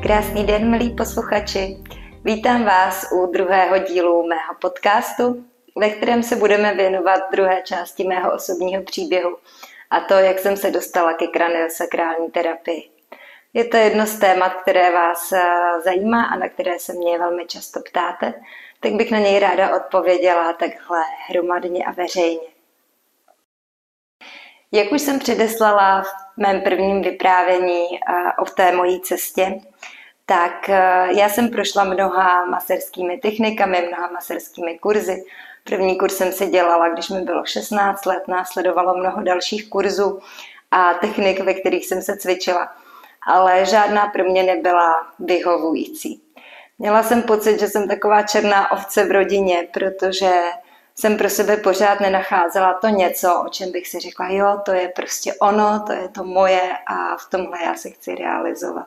Krásný den, milí posluchači. Vítám vás u druhého dílu mého podcastu, ve kterém se budeme věnovat druhé části mého osobního příběhu, a to, jak jsem se dostala ke kraniosakrální terapii. Je to jedno z témat, které vás zajímá a na které se mě velmi často ptáte, tak bych na něj ráda odpověděla takhle hromadně a veřejně. Jak už jsem předeslala v mém prvním vyprávění o té mojí cestě, tak já jsem prošla mnoha maserskými technikami, mnoha maserskými kurzy. První kurz jsem si dělala, když mi bylo 16 let, následovalo mnoho dalších kurzů a technik, ve kterých jsem se cvičila, ale žádná pro mě nebyla vyhovující. Měla jsem pocit, že jsem taková černá ovce v rodině, protože jsem pro sebe pořád nenacházela to něco, o čem bych si řekla, jo, to je prostě ono, to je to moje a v tomhle já se chci realizovat.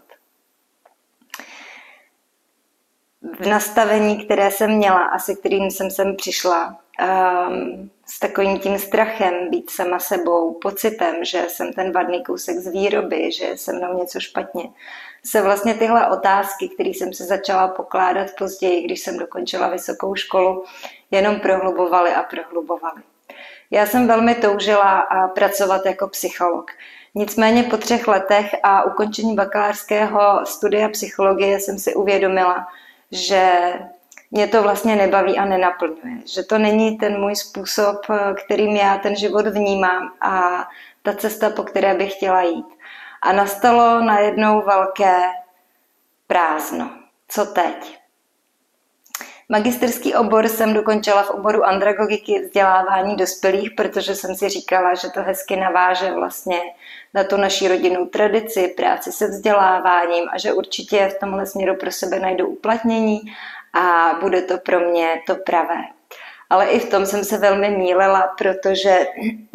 V nastavení, které jsem měla a se kterým jsem sem přišla, s takovým tím strachem být sama sebou, pocitem, že jsem ten vadný kousek z výroby, že je se mnou něco špatně, se vlastně tyhle otázky, které jsem se začala pokládat později, když jsem dokončila vysokou školu, jenom prohlubovaly a prohlubovaly. Já jsem velmi toužila pracovat jako psycholog. Nicméně po 3 letech a ukončení bakalářského studia psychologie jsem si uvědomila, že mě to vlastně nebaví a nenaplňuje. Že to není ten můj způsob, kterým já ten život vnímám a ta cesta, po které bych chtěla jít. A nastalo najednou velké prázdno. Co teď? Magisterský obor jsem dokončila v oboru andragogiky, vzdělávání dospělých, protože jsem si říkala, že to hezky naváže vlastně na tu naší rodinnou tradici, práci se vzděláváním a že určitě v tomhle směru pro sebe najdu uplatnění a bude to pro mě to pravé. Ale i v tom jsem se velmi mýlila, protože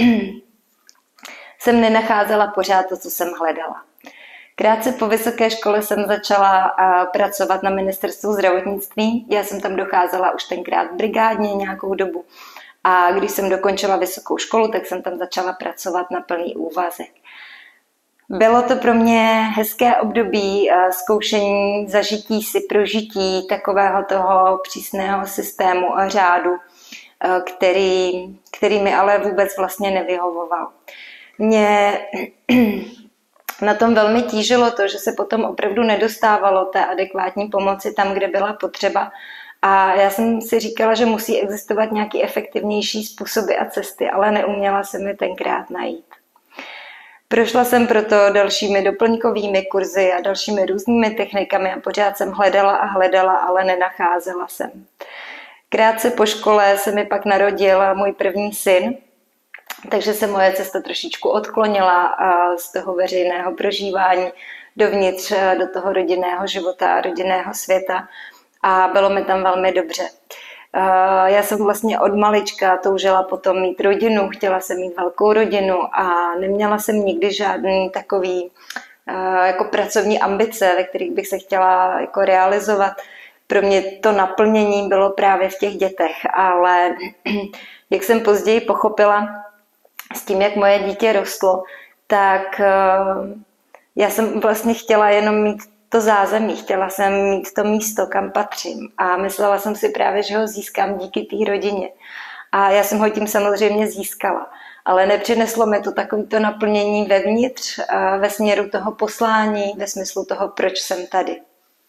jsem nenacházela pořád to, co jsem hledala. Krátce po vysoké škole jsem začala pracovat na ministerstvu zdravotnictví. Já jsem tam docházela už tenkrát brigádně nějakou dobu. A když jsem dokončila vysokou školu, tak jsem tam začala pracovat na plný úvazek. Bylo to pro mě hezké období zkoušení, zažití si, prožití takového toho přísného systému a řádu, který mi ale vůbec vlastně nevyhovoval. Mě na tom velmi tížilo to, že se potom opravdu nedostávalo té adekvátní pomoci tam, kde byla potřeba. A já jsem si říkala, že musí existovat nějaký efektivnější způsoby a cesty, ale neuměla jsem je tenkrát najít. Prošla jsem proto dalšími doplňkovými kurzy a dalšími různými technikami a pořád jsem hledala, ale nenacházela jsem. Krátce po škole se mi pak narodil můj první syn, takže se moje cesta trošičku odklonila z toho veřejného prožívání dovnitř do toho rodinného života a rodinného světa a bylo mi tam velmi dobře. Já jsem vlastně od malička toužila potom mít rodinu, chtěla jsem mít velkou rodinu a neměla jsem nikdy žádný takový jako pracovní ambice, ve kterých bych se chtěla jako realizovat. Pro mě to naplnění bylo právě v těch dětech, ale jak jsem později pochopila, s tím, jak moje dítě rostlo, tak já jsem vlastně chtěla jenom mít to zázemí, chtěla jsem mít to místo, kam patřím a myslela jsem si právě, že ho získám díky té rodině. A já jsem ho tím samozřejmě získala, ale nepřineslo mi to takovéto naplnění vevnitř, ve směru toho poslání, ve smyslu toho, proč jsem tady.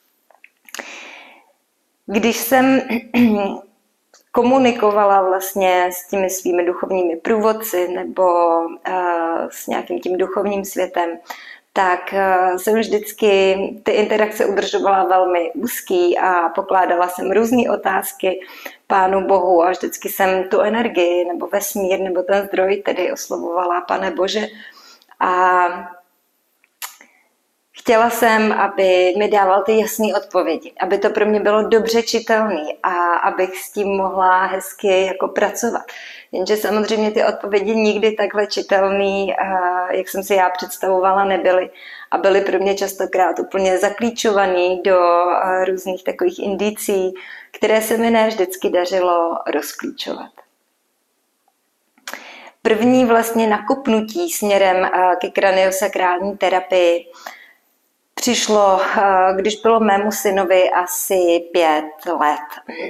Když jsem komunikovala vlastně s těmi svými duchovními průvodci nebo s nějakým tím duchovním světem, tak jsem vždycky ty interakce udržovala velmi úzký a pokládala jsem různé otázky Pánu Bohu a vždycky jsem tu energii nebo vesmír nebo ten zdroj tedy oslovovala Pane Bože a chtěla jsem, aby mi dával ty jasné odpovědi, aby to pro mě bylo dobře čitelné a abych s tím mohla hezky jako pracovat. Jenže samozřejmě ty odpovědi nikdy takhle čitelný, jak jsem si já představovala, nebyly. A byly pro mě častokrát úplně zaklíčovaný do různých takových indicí, které se mi ne vždycky dařilo rozklíčovat. První vlastně nakopnutí směrem ke kraniosakrální terapii přišlo, když bylo mému synovi asi 5 let.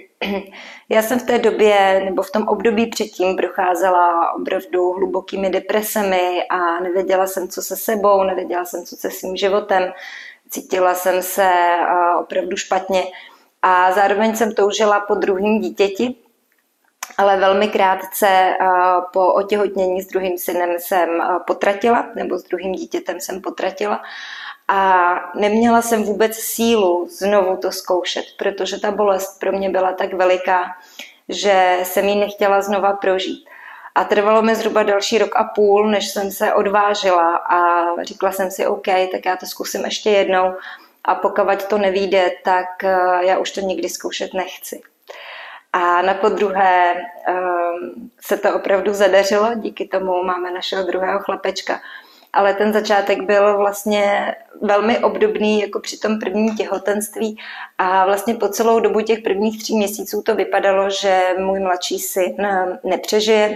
Já jsem v té době, nebo v tom období předtím, procházela opravdu hlubokými depresemi a nevěděla jsem, co se sebou, nevěděla jsem, co se svým životem. Cítila jsem se opravdu špatně a zároveň jsem toužila po druhém dítěti, ale velmi krátce po otěhotnění s druhým synem jsem potratila, nebo s druhým dítětem jsem potratila. A neměla jsem vůbec sílu znovu to zkoušet, protože ta bolest pro mě byla tak veliká, že jsem ji nechtěla znova prožít. A trvalo mi zhruba další 1,5 roku, než jsem se odvážila a říkala jsem si, OK, tak já to zkusím ještě jednou a pokud to nevyjde, tak já už to nikdy zkoušet nechci. A na podruhé se to opravdu zadařilo, díky tomu máme našeho druhého chlapečka. Ale ten začátek byl vlastně velmi obdobný jako při tom prvním těhotenství a vlastně po celou dobu těch prvních 3 měsíců to vypadalo, že můj mladší syn nepřežije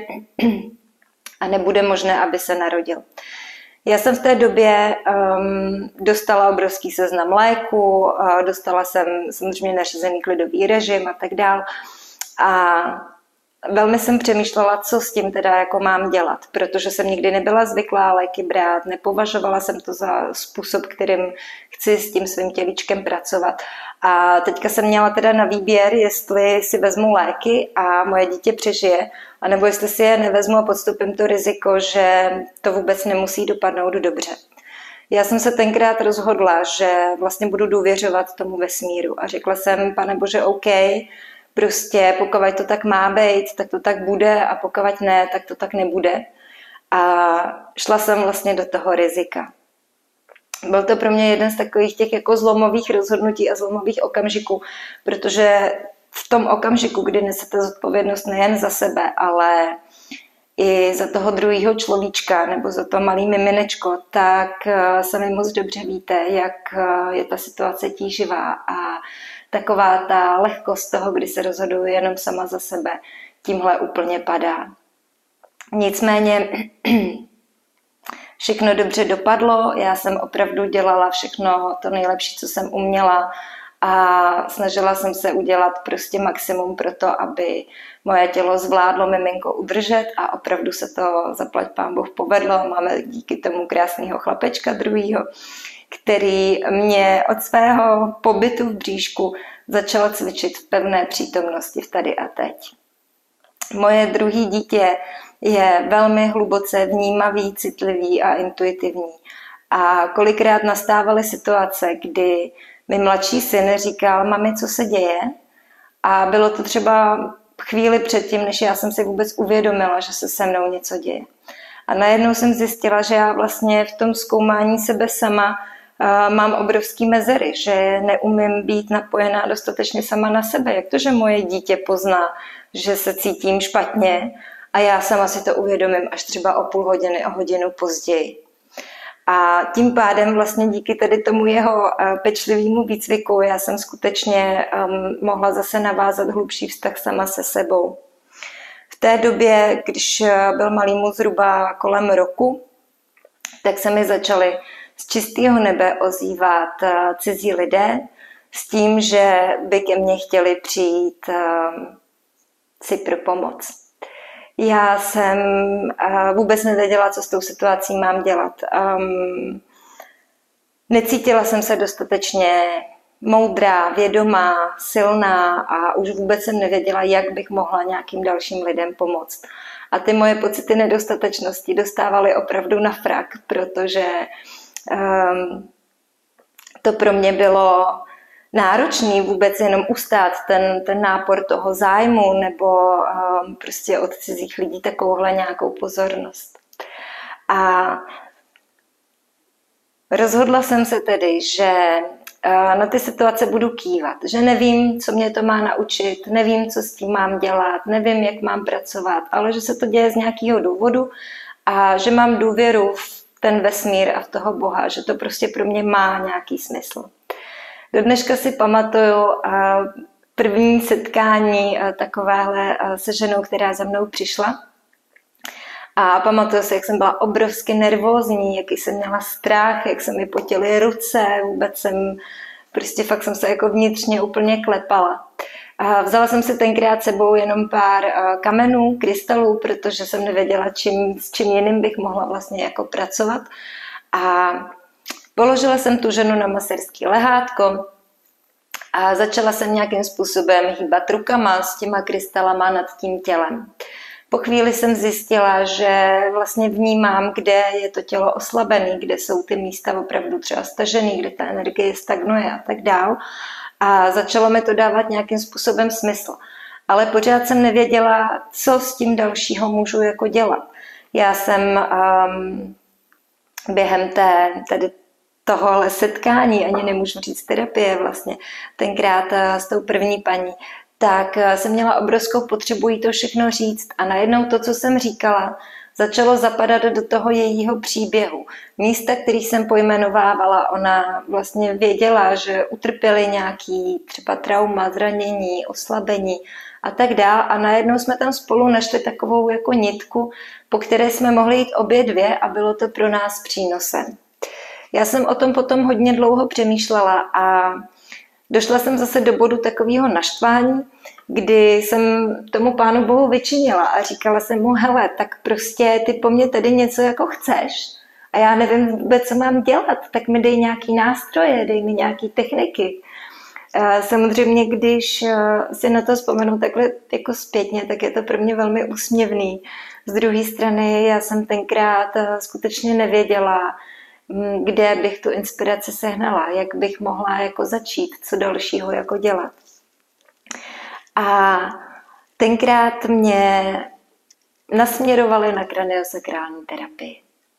a nebude možné, aby se narodil. Já jsem v té době dostala obrovský seznam léků, dostala jsem samozřejmě nařízený klidový režim a tak dál. A velmi jsem přemýšlela, co s tím teda jako mám dělat, protože jsem nikdy nebyla zvyklá léky brát, nepovažovala jsem to za způsob, kterým chci s tím svým tělíčkem pracovat. A teďka jsem měla teda na výběr, jestli si vezmu léky a moje dítě přežije, anebo jestli si je nevezmu a podstupím to riziko, že to vůbec nemusí dopadnout dobře. Já jsem se tenkrát rozhodla, že vlastně budu důvěřovat tomu vesmíru a řekla jsem, Pane Bože, OK, prostě pokud to tak má být, tak to tak bude a pokud ne, tak to tak nebude. A šla jsem vlastně do toho rizika. Byl to pro mě jeden z takových těch jako zlomových rozhodnutí a zlomových okamžiků, protože v tom okamžiku, kdy nesete zodpovědnost nejen za sebe, ale i za toho druhého človíčka nebo za to malý miminečko, tak sami moc dobře víte, jak je ta situace tíživá a taková ta lehkost toho, kdy se rozhoduju jenom sama za sebe, tímhle úplně padá. Nicméně všechno dobře dopadlo, já jsem opravdu dělala všechno to nejlepší, co jsem uměla a snažila jsem se udělat prostě maximum pro to, aby moje tělo zvládlo miminko udržet a opravdu se to zaplať pán Bůh povedlo. Máme díky tomu krásného chlapečka druhýho, který mě od svého pobytu v bříšku začal cvičit v pevné přítomnosti v tady a teď. Moje druhé dítě je velmi hluboce vnímavý, citlivý a intuitivní. A kolikrát nastávaly situace, kdy mi mladší syn říkal, mami, co se děje? A bylo to třeba chvíli předtím, než já jsem si vůbec uvědomila, že se se mnou něco děje. A najednou jsem zjistila, že já vlastně v tom zkoumání sebe sama mám obrovský mezery, že neumím být napojená dostatečně sama na sebe. Jak to, že moje dítě pozná, že se cítím špatně a já sama si to uvědomím až třeba o půl hodiny, o hodinu později. A tím pádem vlastně díky tedy tomu jeho pečlivému výcviku já jsem skutečně mohla zase navázat hlubší vztah sama se sebou. V té době, když byl malýmu zhruba kolem roku, tak se mi začaly z čistého nebe ozývat cizí lidé s tím, že by ke mně chtěli přijít si pro pomoc. Já jsem vůbec nevěděla, co s tou situací mám dělat. Necítila jsem se dostatečně moudrá, vědomá, silná a už vůbec jsem nevěděla, jak bych mohla nějakým dalším lidem pomoct. A ty moje pocity nedostatečnosti dostávaly opravdu na frak, protože to pro mě bylo náročný vůbec jenom ustát ten nápor toho zájmu nebo prostě od cizích lidí takovouhle nějakou pozornost. A rozhodla jsem se tedy, že na ty situace budu kývat, že nevím, co mě to má naučit, nevím, co s tím mám dělat, nevím, jak mám pracovat, ale že se to děje z nějakého důvodu a že mám důvěru v ten vesmír a v toho Boha, že to prostě pro mě má nějaký smysl. Do dneška si pamatuju první setkání takovéhle se ženou, která za mnou přišla. A pamatuju si, jak jsem byla obrovsky nervózní, jaký jsem měla strach, jak se mi potily ruce, vůbec jsem, prostě fakt jsem se jako vnitřně úplně klepala. A vzala jsem si tenkrát sebou jenom pár kamenů, krystalů, protože jsem nevěděla, s čím jiným bych mohla vlastně jako pracovat. A položila jsem tu ženu na masérský lehátko a začala jsem nějakým způsobem hýbat rukama s těma krystalama nad tím tělem. Po chvíli jsem zjistila, že vlastně vnímám, kde je to tělo oslabené, kde jsou ty místa opravdu třeba stažené, kde ta energie stagnuje a tak dál. A začalo mi to dávat nějakým způsobem smysl. Ale pořád jsem nevěděla, co s tím dalšího můžu jako dělat. Já jsem během tedy tohohle setkání, ani nemůžu říct terapie vlastně, tenkrát s tou první paní, tak jsem měla obrovskou potřebu jí to všechno říct a najednou to, co jsem říkala, začalo zapadat do toho jejího příběhu. Místa, který jsem pojmenovávala, ona vlastně věděla, že utrpěli nějaký třeba trauma, zranění, oslabení a tak dál a najednou jsme tam spolu našli takovou jako nitku, po které jsme mohli jít obě dvě a bylo to pro nás přínosem. Já jsem o tom potom hodně dlouho přemýšlela a došla jsem zase do bodu takového naštvání, kdy jsem tomu Pánu Bohu vyčinila a říkala jsem mu, hele, tak prostě ty po mně tady něco jako chceš a já nevím vůbec, co mám dělat, tak mi dej nějaký nástroje, dej mi nějaký techniky. Samozřejmě, když si na to vzpomenu takhle jako zpětně, tak je to pro mě velmi úsměvný. Z druhé strany já jsem tenkrát skutečně nevěděla, kde bych tu inspiraci sehnala, jak bych mohla jako začít, co dalšího jako dělat. A tenkrát mě nasměrovali na kraniosakrální terapii.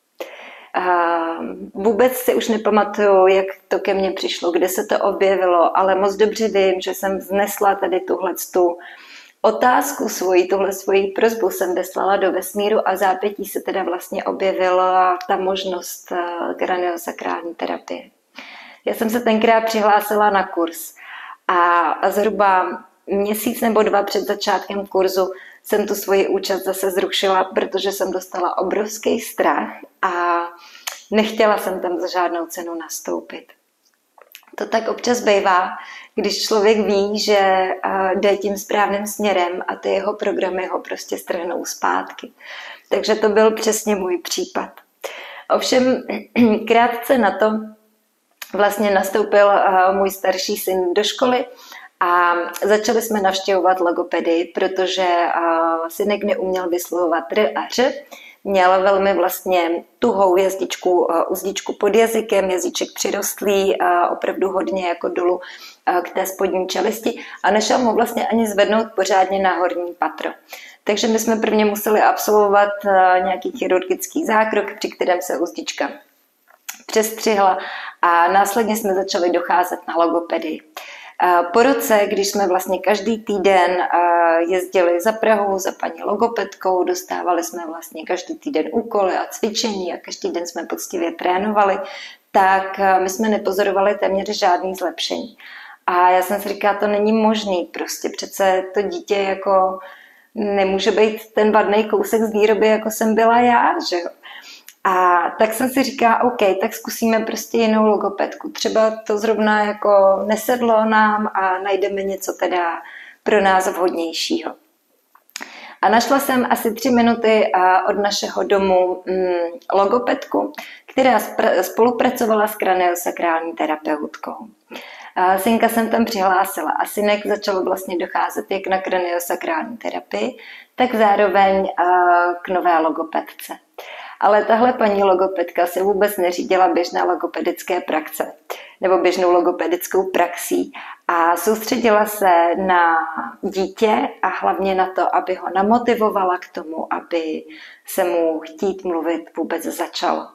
Vůbec si už nepamatuju, jak to ke mně přišlo, kde se to objevilo, ale moc dobře vím, že jsem vznesla tady tuhletu otázku svoji prosbu jsem vyslala do vesmíru a v zápětí se teda vlastně objevila ta možnost kraniosakrální terapie. Já jsem se tenkrát přihlásila na kurz a zhruba měsíc nebo 2 před začátkem kurzu jsem tu svoji účast zase zrušila, protože jsem dostala obrovský strach a nechtěla jsem tam za žádnou cenu nastoupit. To tak občas bývá, když člověk ví, že jde tím správným směrem a ty jeho programy ho prostě strhnou zpátky. Takže to byl přesně můj případ. Ovšem krátce na to vlastně nastoupil můj starší syn do školy a začali jsme navštěvovat logopedii, protože synek neuměl vyslovovat r a ř. Měl velmi vlastně tuhou uzdičku pod jazykem, jazyček přirostlý, opravdu hodně jako dolů k té spodní čelisti a nešel mu vlastně ani zvednout pořádně na horní patro. Takže my jsme prvně museli absolvovat nějaký chirurgický zákrok, při kterém se uzdička přestřihla a následně jsme začali docházet na logopedii. Po roce, když jsme vlastně každý týden jezdili za Prahu za paní logopedkou, dostávali jsme vlastně každý týden úkoly a cvičení a každý den jsme poctivě trénovali, tak my jsme nepozorovali téměř žádný zlepšení. A já jsem si říkala, to není možný, prostě přece to dítě jako nemůže být ten vadný kousek z výroby, jako jsem byla já, že jo. A tak jsem si říkala, OK, tak zkusíme prostě jinou logopedku. Třeba to zrovna jako nesedlo nám a najdeme něco teda pro nás vhodnějšího. A našla jsem asi 3 minuty od našeho domu logopedku, která spolupracovala s kraniosakrální terapeutkou. Synka jsem tam přihlásila a synek začal vlastně docházet jak na kraniosakrální terapii, tak zároveň k nové logopedce. Ale tahle paní logopedka se vůbec neřídila běžné logopedické praxe nebo běžnou logopedickou praxí a soustředila se na dítě a hlavně na to, aby ho namotivovala k tomu, aby se mu chtít mluvit vůbec začalo.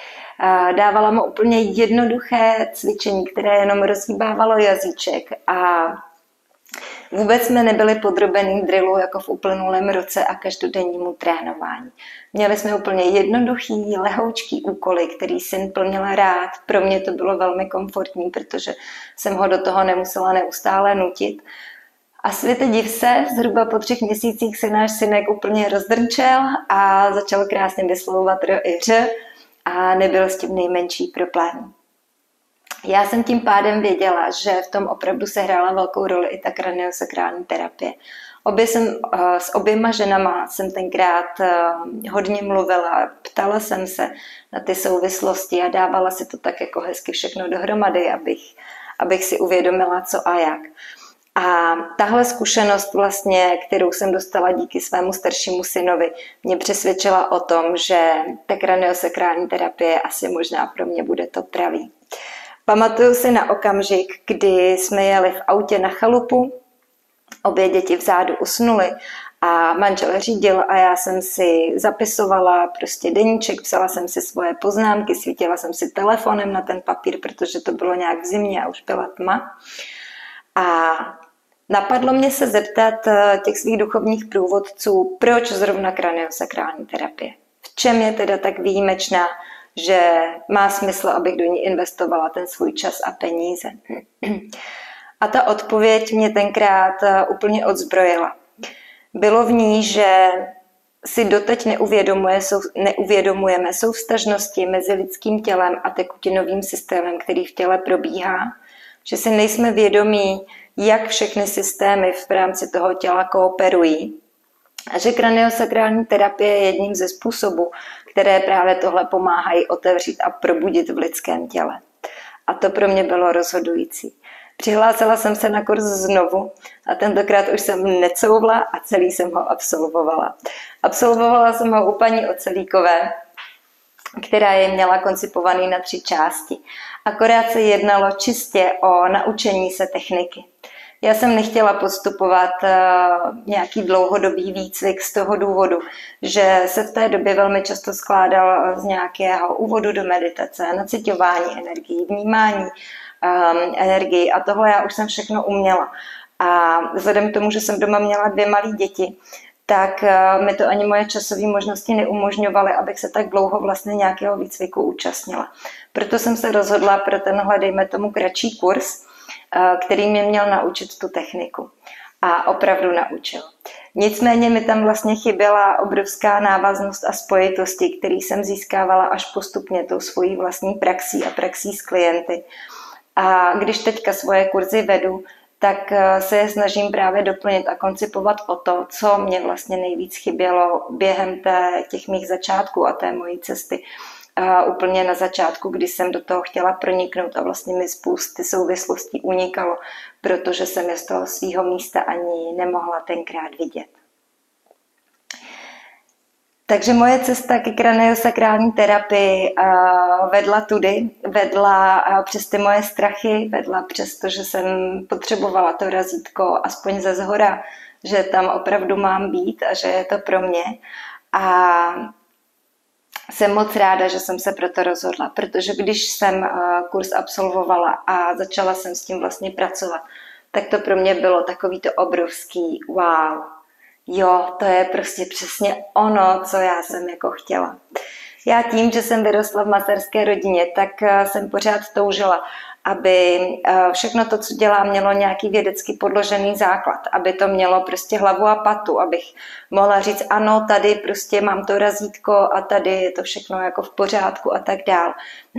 Dávala mu úplně jednoduché cvičení, které jenom rozhýbávalo jazyček a vůbec jsme nebyli podrobený drillu jako v uplynulém roce a každodennímu trénování. Měli jsme úplně jednoduchý, lehoučký úkoly, který syn plnil rád. Pro mě to bylo velmi komfortní, protože jsem ho do toho nemusela neustále nutit. A světe div se, zhruba po 3 měsících se náš synek úplně rozdrnčel a začal krásně vyslovovat r i ř a nebyl s tím nejmenší problém. Já jsem tím pádem věděla, že v tom opravdu se hrála velkou roli i ta kraniosakrální terapie. S oběma ženama jsem tenkrát hodně mluvila, ptala jsem se na ty souvislosti a dávala si to tak jako hezky všechno dohromady, abych si uvědomila, co a jak. A tahle zkušenost vlastně, kterou jsem dostala díky svému staršímu synovi, mě přesvědčila o tom, že ta kraniosakrální terapie asi možná pro mě bude to pravý. Pamatuju si na okamžik, kdy jsme jeli v autě na chalupu, obě děti vzadu usnuly a manžel řídil a já jsem si zapisovala prostě deníček, psala jsem si svoje poznámky, svítila jsem si telefonem na ten papír, protože to bylo nějak v zimě a už byla tma. A napadlo mě se zeptat těch svých duchovních průvodců, proč zrovna kraniosakrální terapie. V čem je teda tak výjimečná, že má smysl, abych do ní investovala ten svůj čas a peníze. A ta odpověď mě tenkrát úplně odzbrojila. Bylo v ní, že si doteď neuvědomujeme souvztažnosti mezi lidským tělem a tekutinovým systémem, který v těle probíhá, že si nejsme vědomí, jak všechny systémy v rámci toho těla kooperují a že kraniosakrální terapie je jedním ze způsobů, které právě tohle pomáhají otevřít a probudit v lidském těle. A to pro mě bylo rozhodující. Přihlásila jsem se na kurz znovu a tentokrát už jsem necouvla a celý jsem ho absolvovala. Absolvovala jsem ho u paní Ocelíkové, která je měla koncipovaný na 3 části. Akorát se jednalo čistě o naučení se techniky. Já jsem nechtěla podstupovat nějaký dlouhodobý výcvik z toho důvodu, že se v té době velmi často skládal z nějakého úvodu do meditace, naciťování energií, vnímání energii a tohle já už jsem všechno uměla. A vzhledem k tomu, že jsem doma měla 2 malé děti, tak mi to ani moje časové možnosti neumožňovaly, abych se tak dlouho vlastně nějakého výcviku účastnila. Proto jsem se rozhodla pro tenhle, dejme tomu, kratší kurz, který mě měl naučit tu techniku. A opravdu naučil. Nicméně mi tam vlastně chyběla obrovská návaznost a spojitosti, který jsem získávala až postupně tou svojí vlastní praxí a praxí s klienty. A když teďka svoje kurzy vedu, tak se je snažím právě doplnit a koncipovat o to, co mě vlastně nejvíc chybělo během těch mých začátků a té mojí cesty. Úplně na začátku, kdy jsem do toho chtěla proniknout a vlastně mi spousty souvislostí unikalo, protože jsem je z toho svého místa ani nemohla tenkrát vidět. Takže moje cesta ke kraniosakrální terapii vedla tudy, vedla přes ty moje strachy, vedla přes to, že jsem potřebovala to razítko aspoň ze zhora, že tam opravdu mám být a že je to pro mě. A jsem moc ráda, že jsem se proto rozhodla, protože když jsem kurz absolvovala a začala jsem s tím vlastně pracovat, tak to pro mě bylo takový to obrovský wow. Jo, to je prostě přesně ono, co já jsem jako chtěla. Já tím, že jsem vyrostla v masérské rodině, tak jsem pořád toužila, aby všechno to, co dělám, mělo nějaký vědecky podložený základ, aby to mělo prostě hlavu a patu, abych mohla říct, ano, tady prostě mám to razítko a tady je to všechno jako v pořádku a tak dál.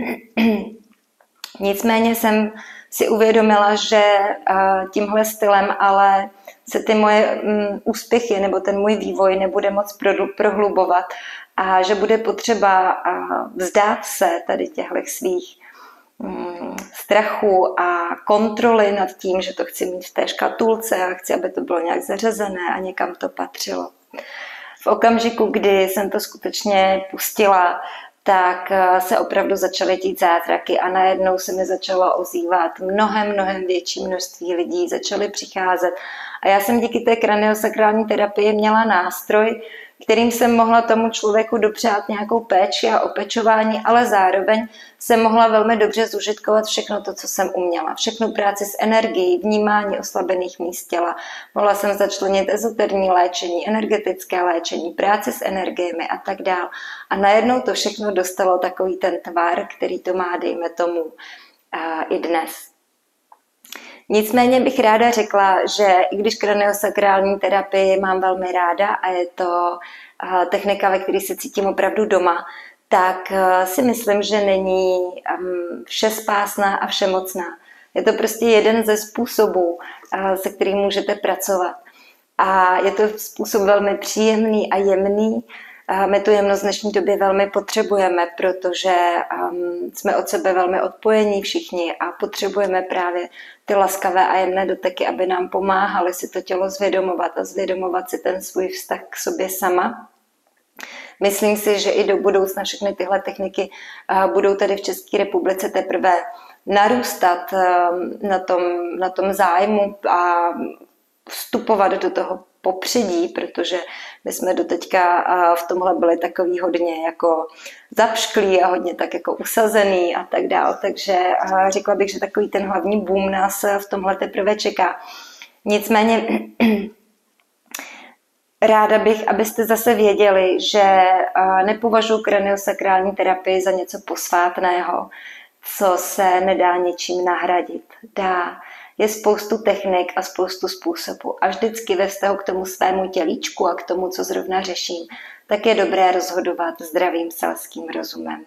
Nicméně jsem si uvědomila, že tímhle stylem ale se ty moje úspěchy nebo ten můj vývoj nebude moc prohlubovat a že bude potřeba vzdát se tady těchto svých strachu a kontroly nad tím, že to chci mít v té škatulce a chci, aby to bylo nějak zařazené a někam to patřilo. V okamžiku, kdy jsem to skutečně pustila, tak se opravdu začaly dít zázraky a najednou se mi začalo ozývat mnohem větší množství lidí, začaly přicházet. A já jsem díky té kraniosakrální terapii měla nástroj, kterým jsem mohla tomu člověku dopřát nějakou péči a opečování, ale zároveň jsem mohla velmi dobře zužitkovat všechno to, co jsem uměla. Všechnu práci s energií, vnímání oslabených míst těla. Mohla jsem začlenit ezoterní léčení, energetické léčení, práci s energiemi a tak dál. A najednou to všechno dostalo takový ten tvar, který to má, dejme tomu, i dnes. Nicméně bych ráda řekla, že i když kraniosakrální terapii mám velmi ráda a je to technika, ve které se cítím opravdu doma, tak si myslím, že není všespásná a všemocná. Je to prostě jeden ze způsobů, se kterým můžete pracovat. A je to způsob velmi příjemný a jemný. My tu jemnost v dnešní době velmi potřebujeme, protože jsme od sebe velmi odpojení všichni a potřebujeme právě ty laskavé a jemné doteky, aby nám pomáhaly si to tělo zvědomovat a zvědomovat si ten svůj vztah k sobě sama. Myslím si, že i do budoucna všechny tyhle techniky budou tady v České republice teprve narůstat na tom zájmu a vstupovat do toho popředí, protože my jsme doteďka v tomhle byli takový hodně jako zapšklí a hodně tak jako usazený a tak dál. Takže řekla bych, že takový ten hlavní boom nás v tomhle teprve čeká. Nicméně ráda bych, abyste zase věděli, že nepovažuji kraniosakrální terapii za něco posvátného, co se nedá něčím nahradit. Je spoustu technik a spoustu způsobů. A vždycky ve vztahu k tomu svému tělíčku a k tomu, co zrovna řeším, tak je dobré rozhodovat zdravým selským rozumem.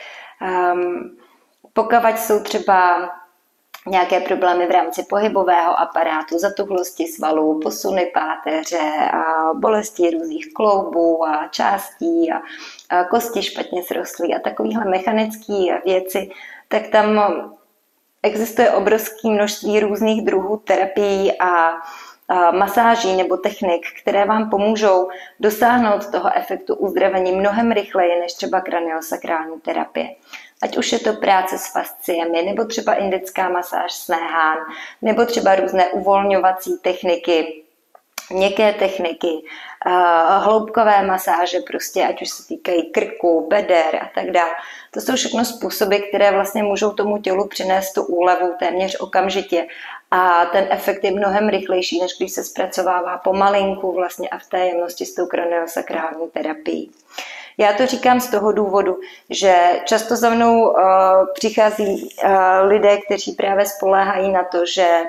Pokud jsou třeba nějaké problémy v rámci pohybového aparátu, zatuchlosti svalů, posuny páteře, a bolesti různých kloubů a částí a kosti špatně srostlý a takovéhle mechanické věci, tak tam existuje obrovské množství různých druhů terapií a masáží nebo technik, které vám pomůžou dosáhnout toho efektu uzdravení mnohem rychleji než třeba kraniosakrální terapie. Ať už je to práce s fasciemi, nebo třeba indická masáž s néhán, nebo třeba různé uvolňovací techniky, měkké techniky, hloubkové masáže, prostě, ať už se týkají krku, beder a tak dále. To jsou všechno způsoby, které vlastně můžou tomu tělu přinést tu úlevu téměř okamžitě. A ten efekt je mnohem rychlejší, než když se zpracovává pomalinku vlastně a v té jemnosti s tou kraniosakrální terapií. Já to říkám z toho důvodu, že často za mnou přichází lidé, kteří právě spoléhají na to, že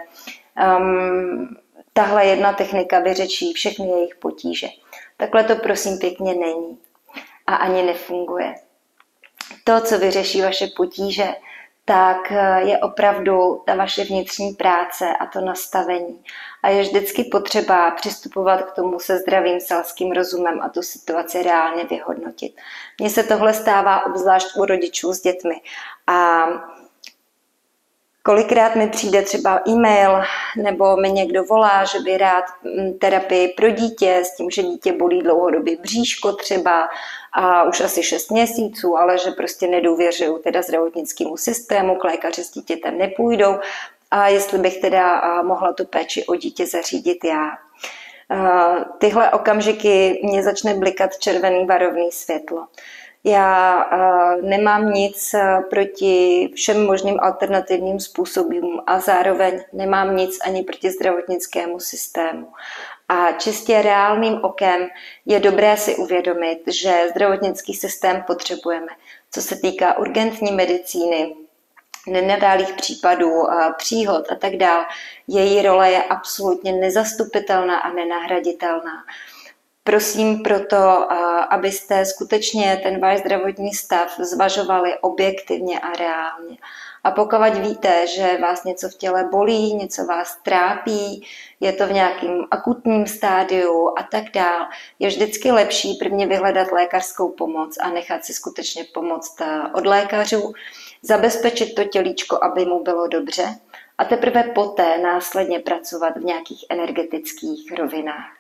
tahle jedna technika vyřeší všechny jejich potíže. Takhle to prosím pěkně není a ani nefunguje. To, co vyřeší vaše potíže, tak je opravdu ta vaše vnitřní práce a to nastavení. A je vždycky potřeba přistupovat k tomu se zdravým selským rozumem a tu situaci reálně vyhodnotit. Mně se tohle stává obzvlášť u rodičů s dětmi. A kolikrát mi přijde třeba e-mail nebo mi někdo volá, že by rád terapii pro dítě s tím, že dítě bolí dlouhodobě bříško třeba a už asi 6 měsíců, ale že prostě nedůvěřují teda zdravotnickému systému, k lékaři s dítětem nepůjdou a jestli bych teda mohla tu péči o dítě zařídit já. Tyhle okamžiky mě začne blikat červený varovný světlo. Já nemám nic proti všem možným alternativním způsobům a zároveň nemám nic ani proti zdravotnickému systému. A čistě reálným okem je dobré si uvědomit, že zdravotnický systém potřebujeme. Co se týká urgentní medicíny, nenadálých případů, příhod a tak dále, její role je absolutně nezastupitelná a nenahraditelná. Prosím proto, abyste skutečně ten váš zdravotní stav zvažovali objektivně a reálně. A pokud víte, že vás něco v těle bolí, něco vás trápí, je to v nějakém akutním stádiu a tak dál, je vždycky lepší prvně vyhledat lékařskou pomoc a nechat si skutečně pomoct od lékařů, zabezpečit to tělíčko, aby mu bylo dobře a teprve poté následně pracovat v nějakých energetických rovinách.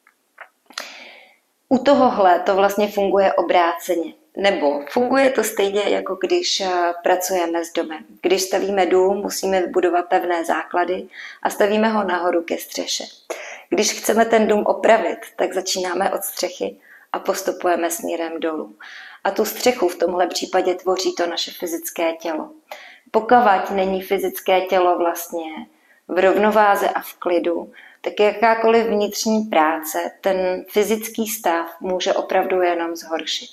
U tohohle to vlastně funguje obráceně. Nebo funguje to stejně, jako když pracujeme s domem. Když stavíme dům, musíme vybudovat pevné základy a stavíme ho nahoru ke střeše. Když chceme ten dům opravit, tak začínáme od střechy a postupujeme směrem dolů. A tu střechu v tomhle případě tvoří to naše fyzické tělo. Pokud není fyzické tělo vlastně v rovnováze a v klidu, tak jakákoliv vnitřní práce ten fyzický stav může opravdu jenom zhoršit.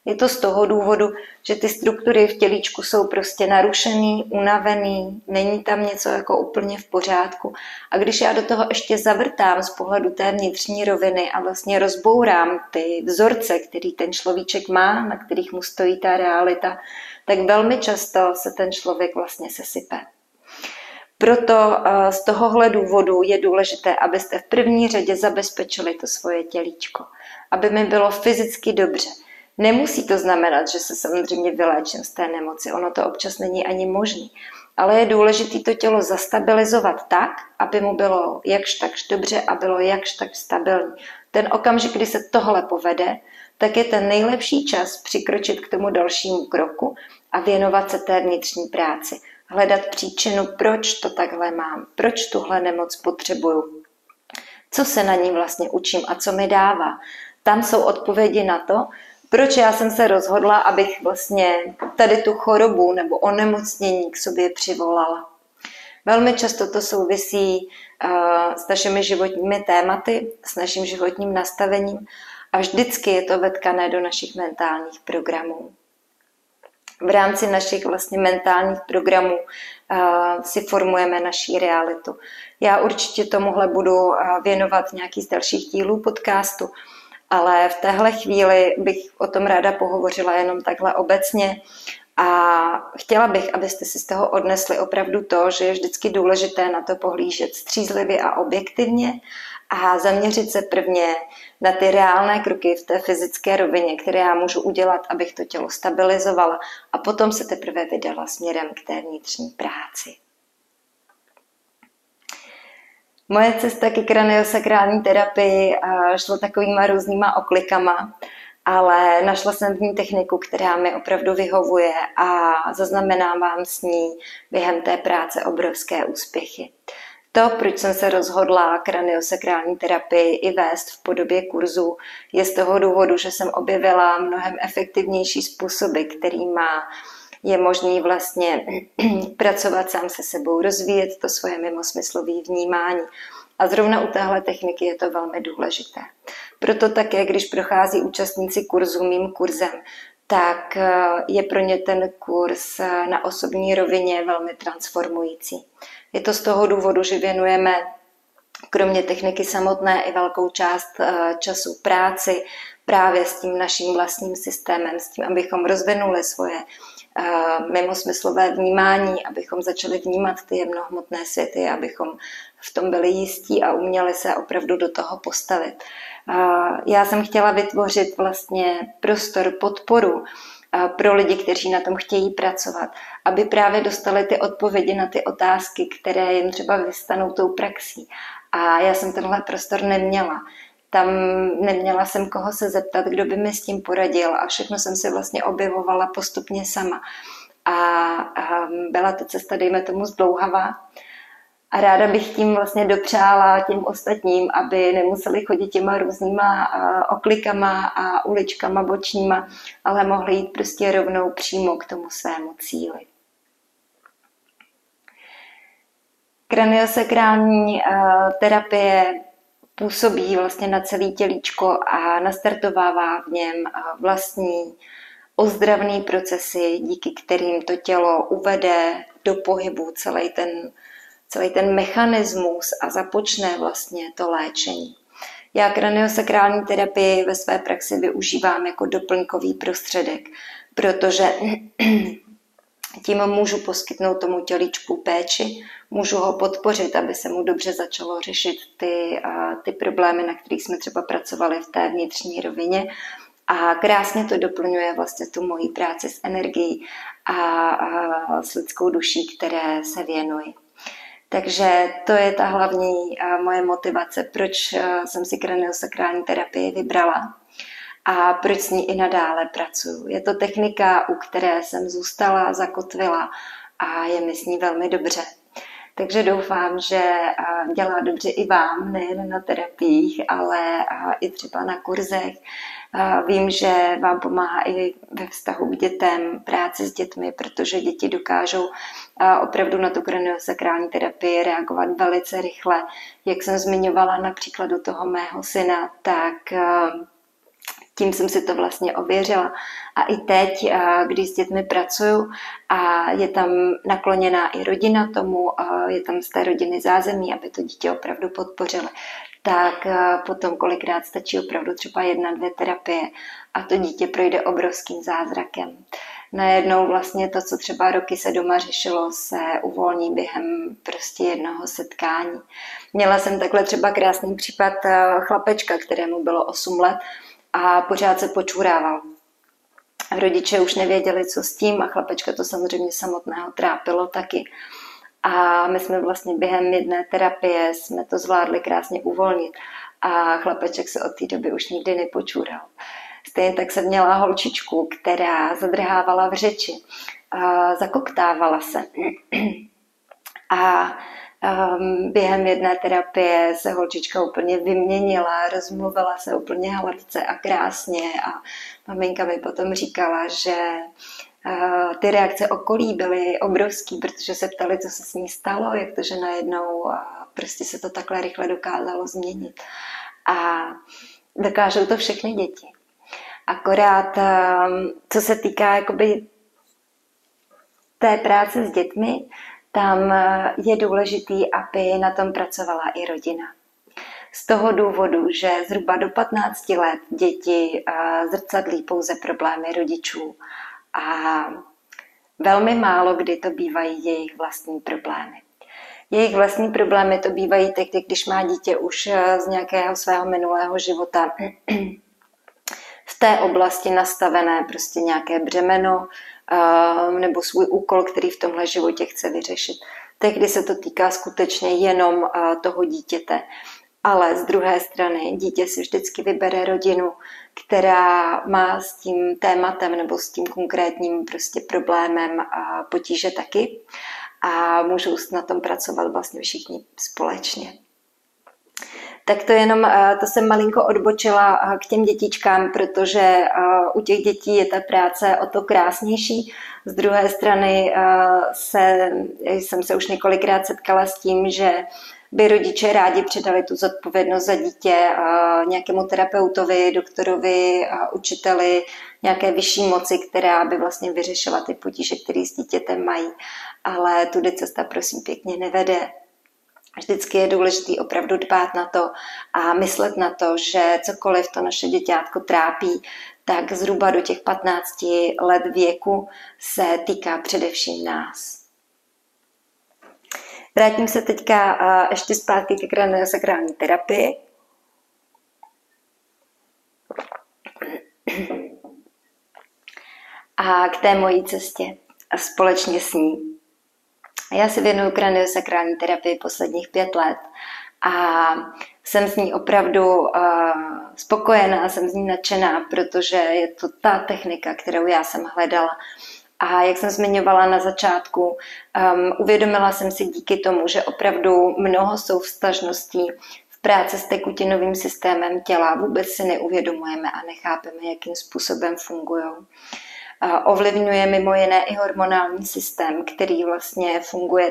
Je to z toho důvodu, že ty struktury v tělíčku jsou prostě narušený, unavený, není tam něco jako úplně v pořádku. A když já do toho ještě zavrtám z pohledu té vnitřní roviny a vlastně rozbourám ty vzorce, který ten človíček má, na kterých mu stojí ta realita, tak velmi často se ten člověk vlastně sesype. Proto z tohohle důvodu je důležité, abyste v první řadě zabezpečili to svoje tělíčko, aby mi bylo fyzicky dobře. Nemusí to znamenat, že se samozřejmě vyléčím z té nemoci, ono to občas není ani možný, ale je důležité to tělo zastabilizovat tak, aby mu bylo jakž takž dobře a bylo jakž tak stabilní. Ten okamžik, kdy se tohle povede, tak je ten nejlepší čas přikročit k tomu dalšímu kroku a věnovat se té vnitřní práci. Hledat příčinu, proč to takhle mám, proč tuhle nemoc potřebuju, co se na ní vlastně učím a co mi dává. Tam jsou odpovědi na to, proč já jsem se rozhodla, abych vlastně tady tu chorobu nebo onemocnění k sobě přivolala. Velmi často to souvisí s našimi životními tématy, s naším životním nastavením a vždycky je to vetkané do našich mentálních programů. V rámci našich vlastně mentálních programů si formujeme naší realitu. Já určitě tomuhle budu věnovat nějaký z dalších dílů podcastu, ale v téhle chvíli bych o tom ráda pohovořila jenom takhle obecně a chtěla bych, abyste si z toho odnesli opravdu to, že je vždycky důležité na to pohlížet střízlivě a objektivně a zaměřit se prvně na ty reálné kroky v té fyzické rovině, které já můžu udělat, abych to tělo stabilizovala a potom se teprve vydala směrem k té vnitřní práci. Moje cesta ke kraniosakrální terapii šla takovýma různýma oklikama, ale našla jsem v ní techniku, která mi opravdu vyhovuje a zaznamenávám s ní během té práce obrovské úspěchy. To, proč jsem se rozhodla kraniosakrální terapii i vést v podobě kurzu, je z toho důvodu, že jsem objevila mnohem efektivnější způsoby, kterýma je možný vlastně pracovat sám se sebou, rozvíjet to svoje mimosmyslové vnímání. A zrovna u téhle techniky je to velmi důležité. Proto také, když prochází účastníci kurzu mým kurzem, tak je pro ně ten kurz na osobní rovině velmi transformující. Je to z toho důvodu, že věnujeme kromě techniky samotné i velkou část času práci právě s tím naším vlastním systémem, s tím, abychom rozvinuli svoje mimosmyslové vnímání, abychom začali vnímat ty jemnohmotné světy, abychom v tom byli jistí a uměli se opravdu do toho postavit. Já jsem chtěla vytvořit vlastně prostor, podporu pro lidi, kteří na tom chtějí pracovat, aby právě dostali ty odpovědi na ty otázky, které jim třeba vystanou tou praxí. A já jsem tenhle prostor neměla. Tam neměla jsem koho se zeptat, kdo by mi s tím poradil a všechno jsem si vlastně objevovala postupně sama. A byla to cesta, dejme tomu, zdlouhavá. A ráda bych tím vlastně dopřála těm ostatním, aby nemuseli chodit těma různýma oklikama a uličkama bočníma, ale mohli jít prostě rovnou přímo k tomu svému cíli. Kraniosakrální terapie působí vlastně na celé tělíčko a nastartovává v něm vlastní ozdravný procesy, díky kterým to tělo uvede do pohybu celý ten mechanismus a započne vlastně to léčení. Já kraniosakrální terapii ve své praxi využívám jako doplňkový prostředek, protože tím můžu poskytnout tomu tělíčku péči, můžu ho podpořit, aby se mu dobře začalo řešit ty problémy, na kterých jsme třeba pracovali v té vnitřní rovině. A krásně to doplňuje vlastně tu moji práci s energií a s lidskou duší, které se věnuji. Takže to je ta hlavní moje motivace, proč jsem si kraniosakrální terapii vybrala a proč s ní i nadále pracuji. Je to technika, u které jsem zůstala, zakotvila a je mi s ní velmi dobře. Takže doufám, že dělá dobře i vám, nejen na terapiích, ale i třeba na kurzech. Vím, že vám pomáhá i ve vztahu k dětem, práci s dětmi, protože děti dokážou opravdu na tu kraniosakrální terapii reagovat velice rychle. Jak jsem zmiňovala například u toho mého syna, tak Tím jsem si to vlastně ověřila. A i teď, když s dětmi pracuju a je tam nakloněná i rodina tomu, je tam z té rodiny zázemí, aby to dítě opravdu podpořili, tak potom kolikrát stačí opravdu třeba 1-2 terapie a to dítě projde obrovským zázrakem. Najednou vlastně to, co třeba roky se doma řešilo, se uvolní během prostě jednoho setkání. Měla jsem takhle třeba krásný případ chlapečka, kterému bylo 8 let a pořád se počurával. Rodiče už nevěděli, co s tím a chlapečka to samozřejmě samotného trápilo taky. A my jsme vlastně během jedné terapie jsme to zvládli krásně uvolnit a chlapeček se od té doby už nikdy nepočural. Stejně tak jsem měla holčičku, která zadrhávala v řeči, zakoktávala se. A během jedné terapie se holčička úplně vyměnila, rozmluvila se úplně hladce a krásně a maminka mi potom říkala, že ty reakce okolí byly obrovský, protože se ptali, co se s ní stalo, jak to, že najednou prostě se to takhle rychle dokázalo změnit. A dokážou to všechny děti. Akorát, co se týká jakoby té práce s dětmi, tam je důležitý, aby na tom pracovala i rodina. Z toho důvodu, že zhruba do 15 let děti zrcadlí pouze problémy rodičů a velmi málo kdy to bývají jejich vlastní problémy. Jejich vlastní problémy to bývají tehdy, když má dítě už z nějakého svého minulého života v té oblasti nastavené prostě nějaké břemeno nebo svůj úkol, který v tomhle životě chce vyřešit. Tehdy se to týká skutečně jenom toho dítěte. Ale z druhé strany dítě si vždycky vybere rodinu, která má s tím tématem nebo s tím konkrétním prostě problémem potíže taky a můžou na tom pracovat vlastně všichni společně. Tak to jenom, to jsem malinko odbočila k těm dětičkám, protože u těch dětí je ta práce o to krásnější. Z druhé strany jsem se už několikrát setkala s tím, že by rodiče rádi předali tu zodpovědnost za dítě nějakému terapeutovi, doktorovi, učiteli, nějaké vyšší moci, která by vlastně vyřešila ty potíže, které s dítětem mají. Ale tudy cesta prosím pěkně nevede. Vždycky je důležité opravdu dbát na to a myslet na to, že cokoliv to naše děťátko trápí, tak zhruba do těch 15 let věku se týká především nás. Vrátím se teďka ještě zpátky ke kraniosakrální terapii. A k té mojí cestě a společně s ní. Já si věnuju kraniosakrální terapii posledních 5 let a jsem s ní opravdu spokojená, jsem z ní nadšená, protože je to ta technika, kterou já jsem hledala. A jak jsem zmiňovala na začátku, uvědomila jsem si díky tomu, že opravdu mnoho souvztažností v práci s tekutinovým systémem těla vůbec si neuvědomujeme a nechápeme, jakým způsobem fungují. Ovlivňuje mimo jiné i hormonální systém, který vlastně funguje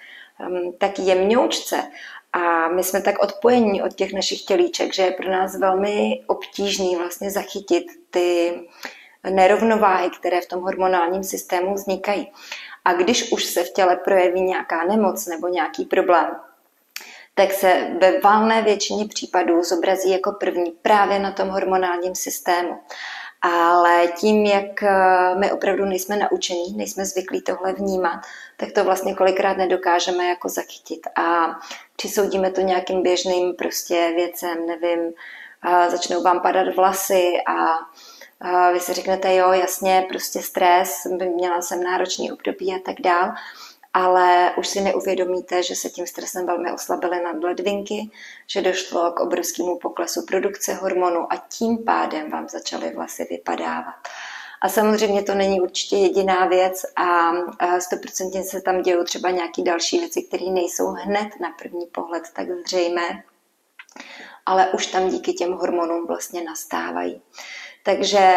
tak jemňoučce. A my jsme tak odpojení od těch našich tělíček, že je pro nás velmi obtížný vlastně zachytit ty nerovnováhy, které v tom hormonálním systému vznikají. A když už se v těle projeví nějaká nemoc nebo nějaký problém, tak se ve valné většině případů zobrazí jako první právě na tom hormonálním systému. Ale tím, jak my opravdu nejsme naučení, nejsme zvyklí tohle vnímat, tak to vlastně kolikrát nedokážeme jako zachytit. A přisoudíme to nějakým běžným prostě věcem, nevím, začnou vám padat vlasy a vy si řeknete, jo, jasně, prostě stres, měla jsem náročný období a tak dál, ale už si neuvědomíte, že se tím stresem velmi oslabily nadledvinky, že došlo k obrovskému poklesu produkce hormonu a tím pádem vám začaly vlasy vypadávat. A samozřejmě to není určitě jediná věc a 100% se tam dějou třeba nějaké další věci, které nejsou hned na první pohled tak zřejmé, ale už tam díky těm hormonům vlastně nastávají. Takže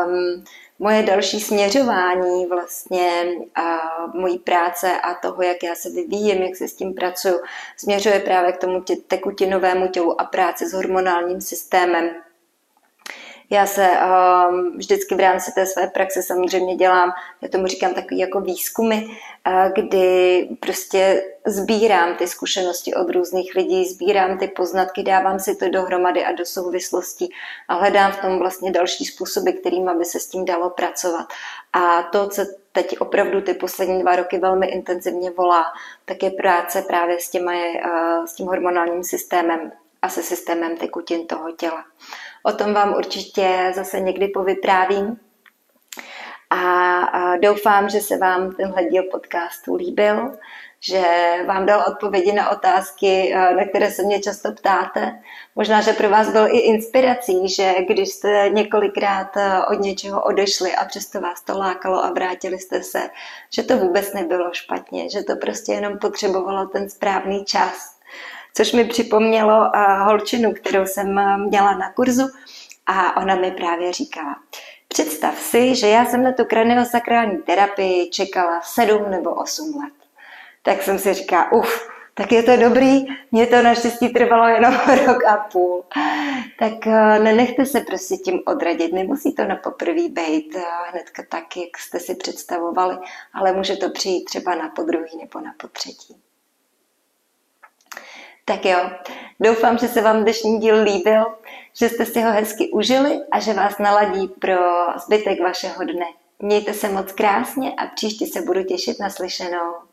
moje další směřování vlastně mojí práce a toho, jak já se vyvíjím, jak se s tím pracuju, směřuje právě k tomu tekutinovému tělu a práci s hormonálním systémem. Já se vždycky v rámci té své praxe samozřejmě dělám, já tomu říkám takový jako výzkumy, kdy prostě sbírám ty zkušenosti od různých lidí, sbírám ty poznatky, dávám si to dohromady a do souvislostí a hledám v tom vlastně další způsoby, kterým by se s tím dalo pracovat. A to, co teď opravdu ty poslední 2 roky velmi intenzivně volá, tak je práce právě s tím hormonálním systémem a se systémem tekutin toho těla. O tom vám určitě zase někdy povyprávím a doufám, že se vám tenhle díl podcastu líbil, že vám dal odpovědi na otázky, na které se mě často ptáte. Možná, že pro vás byl i inspirací, že když jste několikrát od něčeho odešli a přesto vás to lákalo a vrátili jste se, že to vůbec nebylo špatně, že to prostě jenom potřebovalo ten správný čas. Což mi připomnělo holčinu, kterou jsem měla na kurzu a ona mi právě říkala, představ si, že já jsem na tu kraniosakrální terapii čekala 7 nebo 8 let. Tak jsem si říkala, tak je to dobrý, mě to naštěstí trvalo jenom 1,5 roku. Tak nenechte se prostě tím odradit, nemusí to na poprvé být hnedka tak, jak jste si představovali, ale může to přijít třeba na podruhý nebo na potřetí. Tak jo, doufám, že se vám dnešní díl líbil, že jste si ho hezky užili a že vás naladí pro zbytek vašeho dne. Mějte se moc krásně a příště se budu těšit na slyšenou.